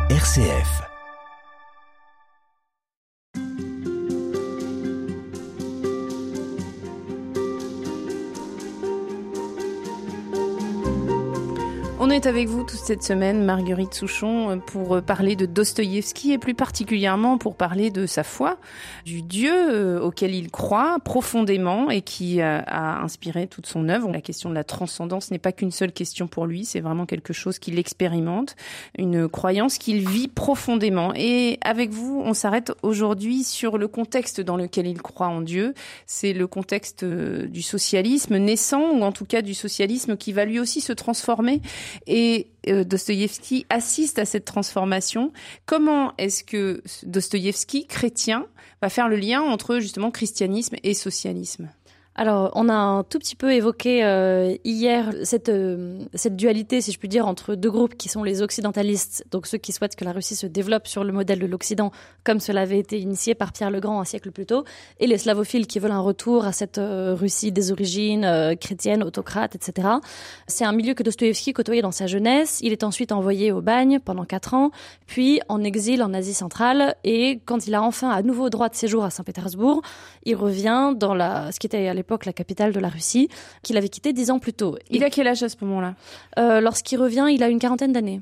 RCF. On est avec vous toute cette semaine, Marguerite Souchon, pour parler de Dostoïevski et plus particulièrement pour parler de sa foi, du Dieu auquel il croit profondément et qui a inspiré toute son œuvre. La question de la transcendance n'est pas qu'une seule question pour lui, c'est vraiment quelque chose qu'il expérimente, une croyance qu'il vit profondément. Et avec vous, on s'arrête aujourd'hui sur le contexte dans lequel il croit en Dieu. C'est le contexte du socialisme naissant, ou en tout cas du socialisme qui va lui aussi se transformer. Et Dostoïevski assiste à cette transformation. Comment est-ce que Dostoïevski, chrétien, va faire le lien entre justement christianisme et socialisme ? Alors, on a un tout petit peu évoqué hier cette dualité, si je puis dire, entre deux groupes qui sont les occidentalistes, donc ceux qui souhaitent que la Russie se développe sur le modèle de l'Occident, comme cela avait été initié par Pierre le Grand un siècle plus tôt, et les slavophiles qui veulent un retour à cette Russie des origines chrétiennes, autocrate, etc. C'est un milieu que Dostoïevski côtoyait dans sa jeunesse. Il est ensuite envoyé au bagne pendant 4 ans, puis en exil en Asie centrale, et quand il a enfin à nouveau droit de séjour à Saint-Pétersbourg, il revient dans ce qui était à l'époque la capitale de la Russie, qu'il avait quitté 10 ans plus tôt. Il a quel âge à ce moment-là ? Lorsqu'il revient, il a une quarantaine d'années.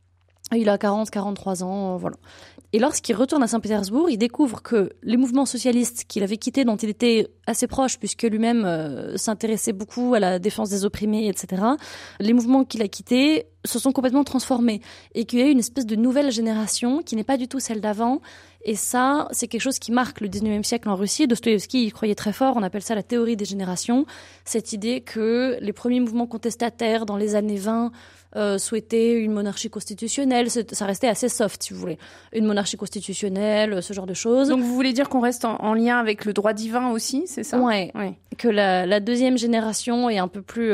Il a 43 ans, voilà. Et lorsqu'il retourne à Saint-Pétersbourg, il découvre que les mouvements socialistes qu'il avait quittés, dont il était assez proche, puisque lui-même s'intéressait beaucoup à la défense des opprimés, etc., les mouvements qu'il a quittés se sont complètement transformés. Et qu'il y a eu une espèce de nouvelle génération qui n'est pas du tout celle d'avant. Et ça, c'est quelque chose qui marque le 19e siècle en Russie. Dostoïevski y croyait très fort, on appelle ça la théorie des générations. Cette idée que les premiers mouvements contestataires dans les années 20 souhaitaient une monarchie constitutionnelle. Ça restait assez soft, si vous voulez. Une monarchie constitutionnelle, ce genre de choses. Donc vous voulez dire qu'on reste en lien avec le droit divin aussi, c'est ça ? Ouais. Que la deuxième génération est un peu plus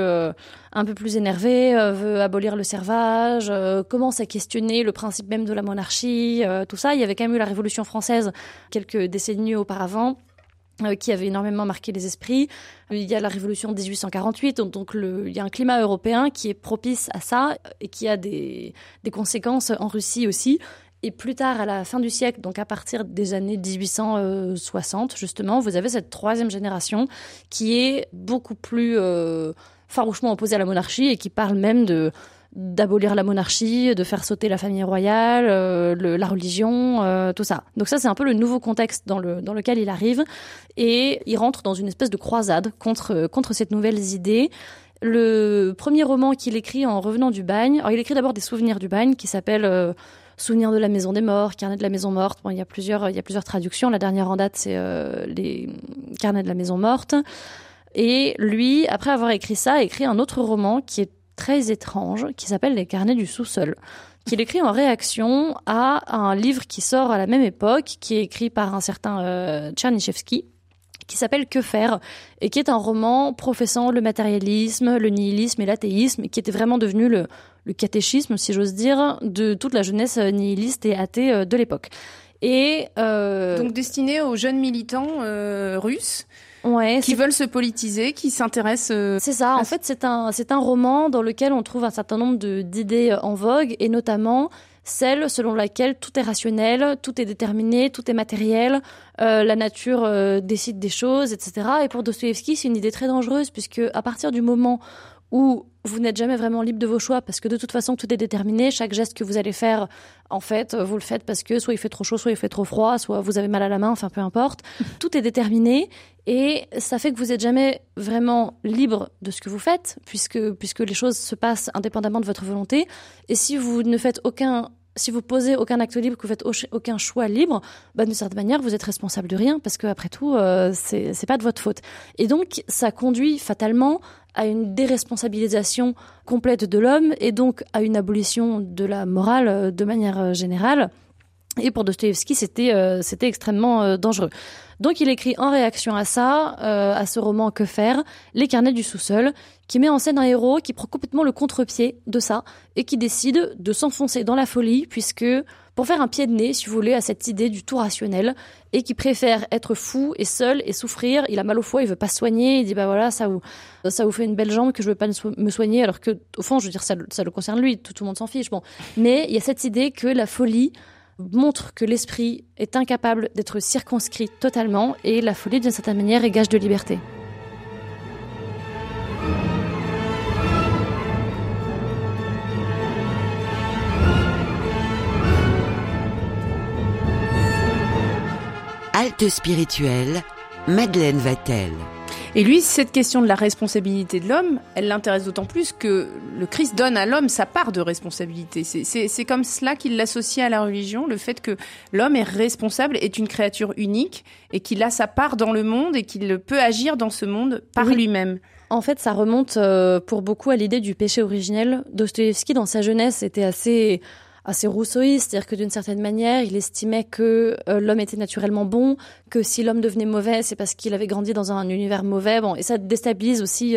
énervée, veut abolir le servage, commence à questionner le principe même de la monarchie, tout ça. Il y avait quand même eu la Révolution française quelques décennies auparavant, qui avait énormément marqué les esprits. Il y a la révolution de 1848, donc il y a un climat européen qui est propice à ça et qui a des conséquences en Russie aussi. Et plus tard, à la fin du siècle, donc à partir des années 1860, justement, vous avez cette troisième génération qui est beaucoup plus farouchement opposée à la monarchie et qui parle même d'abolir la monarchie, de faire sauter la famille royale, la religion, tout ça. Donc ça, c'est un peu le nouveau contexte dans lequel il arrive. Et il rentre dans une espèce de croisade contre cette nouvelle idée. Le premier roman qu'il écrit en revenant du bagne, alors il écrit d'abord des souvenirs du bagne qui s'appellent Souvenirs de la maison des morts, Carnet de la maison morte. Bon, il y a plusieurs traductions. La dernière en date, c'est les Carnets de la maison morte. Et lui, après avoir écrit ça, a écrit un autre roman qui est très étrange, qui s'appelle Les Carnets du sous-sol, qu'il écrit en réaction à un livre qui sort à la même époque, qui est écrit par un certain Tchernychevski, qui s'appelle Que faire, et qui est un roman professant le matérialisme, le nihilisme et l'athéisme, qui était vraiment devenu le catéchisme, si j'ose dire, de toute la jeunesse nihiliste et athée de l'époque. Et donc destiné aux jeunes militants russes. Ouais, qui veulent se politiser, qui s'intéressent... C'est ça, en fait, c'est un roman dans lequel on trouve un certain nombre d'idées en vogue, et notamment celle selon laquelle tout est rationnel, tout est déterminé, tout est matériel, la nature décide des choses, etc. Et pour Dostoïevski, c'est une idée très dangereuse, puisque à partir du moment où vous n'êtes jamais vraiment libre de vos choix, parce que de toute façon, tout est déterminé. Chaque geste que vous allez faire, en fait, vous le faites parce que soit il fait trop chaud, soit il fait trop froid, soit vous avez mal à la main, enfin, peu importe. Tout est déterminé et ça fait que vous n'êtes jamais vraiment libre de ce que vous faites, puisque les choses se passent indépendamment de votre volonté. Et si vous posez aucun acte libre, que vous faites aucun choix libre, d'une certaine manière, vous êtes responsable de rien, parce que après tout, c'est pas de votre faute. Et donc, ça conduit fatalement à une déresponsabilisation complète de l'homme, et donc à une abolition de la morale de manière générale. Et pour Dostoïevski, c'était extrêmement dangereux. Donc il écrit en réaction à ça, à ce roman Que faire, Les Carnets du sous-sol, qui met en scène un héros qui prend complètement le contre-pied de ça et qui décide de s'enfoncer dans la folie, puisque pour faire un pied de nez, si vous voulez, à cette idée du tout rationnel, et qui préfère être fou et seul et souffrir. Il a mal au foie, il veut pas se soigner, il dit bah voilà, ça vous fait une belle jambe que je veux pas me soigner, alors que au fond, je veux dire, ça le concerne lui, tout le monde s'en fiche. Bon, mais il y a cette idée que la folie montre que l'esprit est incapable d'être circonscrit totalement, et la folie, d'une certaine manière, est gage de liberté. Halte spirituelle, Madeleine Vatel. Et lui, cette question de la responsabilité de l'homme, elle l'intéresse d'autant plus que le Christ donne à l'homme sa part de responsabilité. C'est comme cela qu'il l'associe à la religion, le fait que l'homme est responsable, est une créature unique et qu'il a sa part dans le monde et qu'il peut agir dans ce monde par lui-même. En fait, ça remonte pour beaucoup à l'idée du péché originel. Dostoïevski, dans sa jeunesse, était assez rousseauiste, c'est-à-dire que d'une certaine manière, il estimait que l'homme était naturellement bon, que si l'homme devenait mauvais, c'est parce qu'il avait grandi dans un univers mauvais. Bon, et ça déstabilise aussi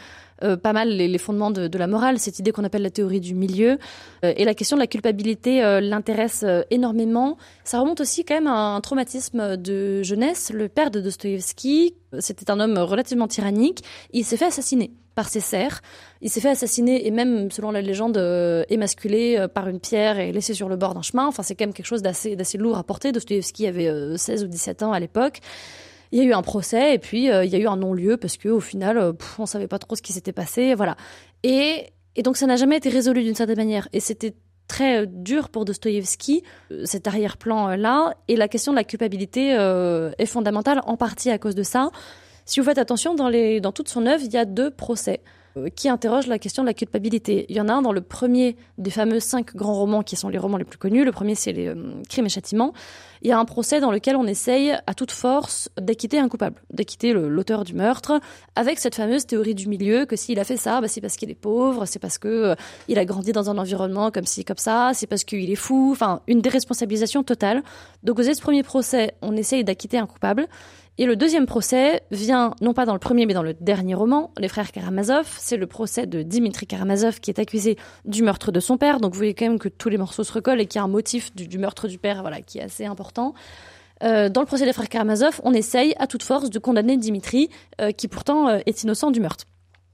pas mal les fondements de la morale, cette idée qu'on appelle la théorie du milieu. Et la question de la culpabilité l'intéresse énormément. Ça remonte aussi quand même à un traumatisme de jeunesse. Le père de Dostoïevski, c'était un homme relativement tyrannique. Il s'est fait assassiner par ses serfs. Il s'est fait assassiner et même, selon la légende, émasculé par une pierre et laissé sur le bord d'un chemin. Enfin, c'est quand même quelque chose d'assez lourd à porter. Dostoïevski avait 16 ou 17 ans à l'époque. Il y a eu un procès et puis il y a eu un non-lieu parce que au final, on savait pas trop ce qui s'était passé. Voilà. Et donc, ça n'a jamais été résolu d'une certaine manière. Et c'était très dur pour Dostoïevski, cet arrière-plan-là. Et la question de la culpabilité est fondamentale, en partie à cause de ça. Si vous faites attention, dans toute son œuvre, il y a 2 procès qui interrogent la question de la culpabilité. Il y en a un dans le premier des fameux 5 grands romans qui sont les romans les plus connus. Le premier, c'est les Crimes et Châtiments. Il y a un procès dans lequel on essaye à toute force d'acquitter un coupable, d'acquitter l'auteur du meurtre, avec cette fameuse théorie du milieu que s'il a fait ça, c'est parce qu'il est pauvre, c'est parce que il a grandi dans un environnement comme ci, comme ça, c'est parce qu'il est fou, enfin, une déresponsabilisation totale. Donc, aux ce premier procès, on essaye d'acquitter un coupable. Et le deuxième procès vient, non pas dans le premier, mais dans le dernier roman, Les Frères Karamazov. C'est le procès de Dimitri Karamazov qui est accusé du meurtre de son père. Donc vous voyez quand même que tous les morceaux se recollent et qu'il y a un motif du meurtre du père, voilà, qui est assez important. Dans le procès des Frères Karamazov, on essaye à toute force de condamner Dimitri, qui pourtant est innocent du meurtre.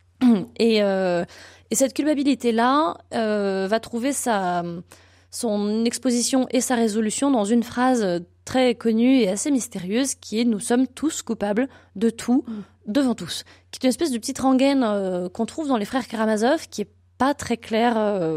Et cette culpabilité-là va trouver son exposition et sa résolution dans une phrase très connue et assez mystérieuse qui est « Nous sommes tous coupables de tout, devant tous », qui est une espèce de petite rengaine qu'on trouve dans les Frères Karamazov, qui est pas très claire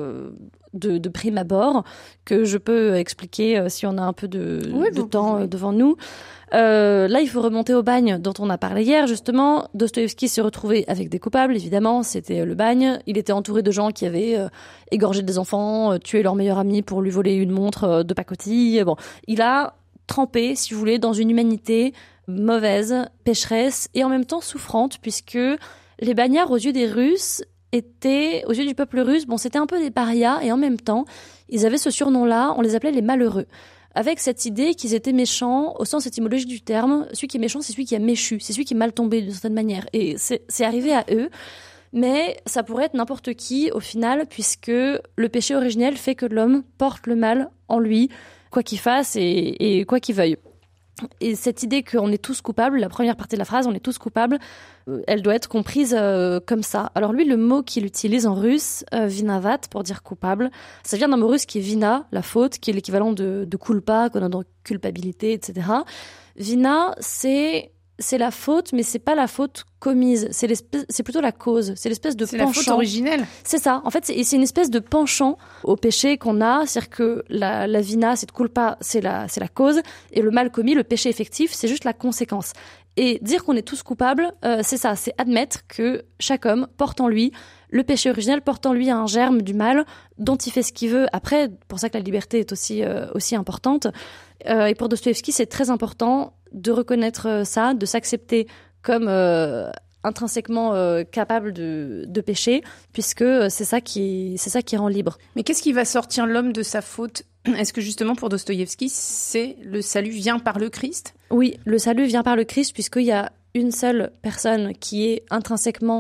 de prime abord, que je peux expliquer si on a un peu de temps devant nous. Là, il faut remonter au bagne dont on a parlé hier. Justement, Dostoïevski s'est retrouvé avec des coupables, évidemment, c'était le bagne. Il était entouré de gens qui avaient égorgé des enfants, tué leur meilleur ami pour lui voler une montre de pacotille. Bon, il a trempé, si vous voulez, dans une humanité mauvaise, pécheresse et en même temps souffrante, puisque les bagnards, aux yeux des Russes, aux yeux du peuple russe, c'était un peu des parias, et en même temps, ils avaient ce surnom-là, on les appelait les malheureux, avec cette idée qu'ils étaient méchants, au sens étymologique du terme. Celui qui est méchant, c'est celui qui a méchu, c'est celui qui est mal tombé d'une certaine manière, et c'est arrivé à eux, mais ça pourrait être n'importe qui, au final, puisque le péché originel fait que l'homme porte le mal en lui, quoi qu'il fasse et quoi qu'il veuille. Et cette idée qu'on est tous coupables, la première partie de la phrase, on est tous coupables, elle doit être comprise comme ça. Alors lui, le mot qu'il utilise en russe, vinavat, pour dire coupable, ça vient d'un mot russe qui est vina, la faute, qui est l'équivalent de culpa, qu'on a dans culpabilité, etc. Vina, c'est la faute, mais c'est pas la faute commise. C'est plutôt la cause. C'est l'espèce de penchant. C'est la faute originelle. C'est ça. En fait, c'est une espèce de penchant au péché qu'on a. C'est-à-dire que la vina, cette culpa, c'est la cause. Et le mal commis, le péché effectif, c'est juste la conséquence. Et dire qu'on est tous coupables, c'est ça. C'est admettre que chaque homme porte en lui le péché originel, porte en lui un germe du mal dont il fait ce qu'il veut. Après, pour ça que la liberté est aussi importante. Et pour Dostoïevski, c'est très important de reconnaître ça, de s'accepter comme intrinsèquement capable de pécher, puisque c'est ça qui rend libre. Mais qu'est-ce qui va sortir l'homme de sa faute ? Est-ce que justement pour Dostoïevski, c'est le salut vient par le Christ ? Oui, le salut vient par le Christ, puisqu'il y a une seule personne qui est intrinsèquement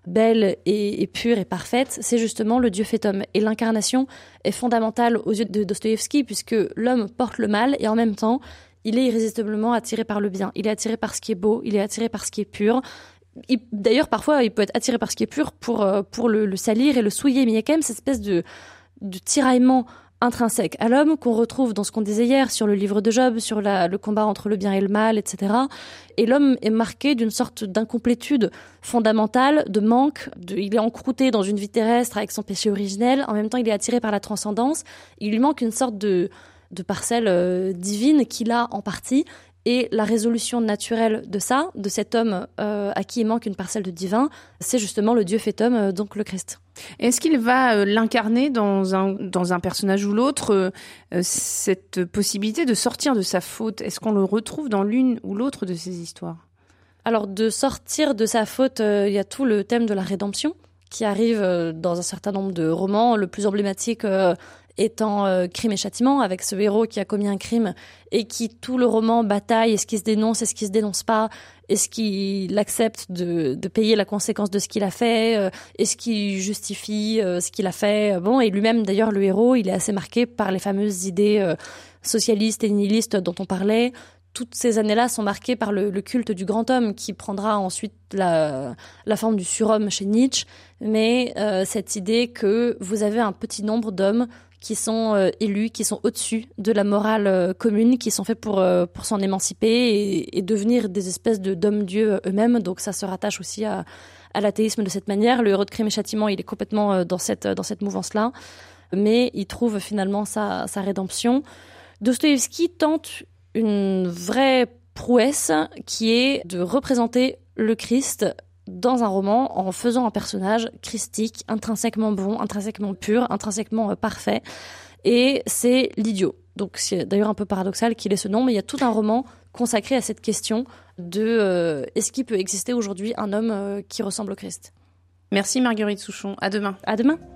belle et pure et parfaite, c'est justement le Dieu fait homme. Et l'incarnation est fondamentale aux yeux de Dostoïevski, puisque l'homme porte le mal et en même temps, il est irrésistiblement attiré par le bien. Il est attiré par ce qui est beau, il est attiré par ce qui est pur. D'ailleurs, parfois, il peut être attiré par ce qui est pur pour le salir et le souiller, mais il y a quand même cette espèce de tiraillement intrinsèque à l'homme qu'on retrouve dans ce qu'on disait hier sur le livre de Job, sur le combat entre le bien et le mal, etc. Et l'homme est marqué d'une sorte d'incomplétude fondamentale, de manque. Il est encrouté dans une vie terrestre avec son péché originel. En même temps, il est attiré par la transcendance. Il lui manque une sorte de parcelle divine qu'il a en partie. Et la résolution naturelle de ça, de cet homme à qui il manque une parcelle de divin, c'est justement le Dieu fait homme, donc le Christ. Est-ce qu'il va l'incarner dans un personnage ou l'autre, cette possibilité de sortir de sa faute? Est-ce qu'on le retrouve dans l'une ou l'autre de ces histoires? Alors, de sortir de sa faute, il y a tout le thème de la rédemption qui arrive dans un certain nombre de romans. Le plus emblématique étant Crime et Châtiment, avec ce héros qui a commis un crime et qui, tout le roman, bataille. Est-ce qu'il se dénonce? Est-ce qu'il se dénonce pas? Est-ce qu'il accepte de payer la conséquence de ce qu'il a fait? Est-ce qu'il justifie ce qu'il a fait? Bon, et lui-même, d'ailleurs, le héros, il est assez marqué par les fameuses idées socialistes et nihilistes dont on parlait. Toutes ces années-là sont marquées par le culte du grand homme qui prendra ensuite la forme du surhomme chez Nietzsche. Mais cette idée que vous avez un petit nombre d'hommes qui sont élus, qui sont au-dessus de la morale commune, qui sont faits pour s'en émanciper et devenir des espèces d'hommes-dieux eux-mêmes. Donc ça se rattache aussi à l'athéisme de cette manière. Le héros de Crime et Châtiment, il est complètement dans cette mouvance-là. Mais il trouve finalement sa rédemption. Dostoïevski tente une vraie prouesse qui est de représenter le Christ dans un roman en faisant un personnage christique, intrinsèquement bon, intrinsèquement pur, intrinsèquement parfait. Et c'est l'idiot. Donc c'est d'ailleurs un peu paradoxal qu'il ait ce nom, mais il y a tout un roman consacré à cette question de est-ce qu'il peut exister aujourd'hui un homme qui ressemble au Christ. Merci Marguerite Souchon. À demain. À demain.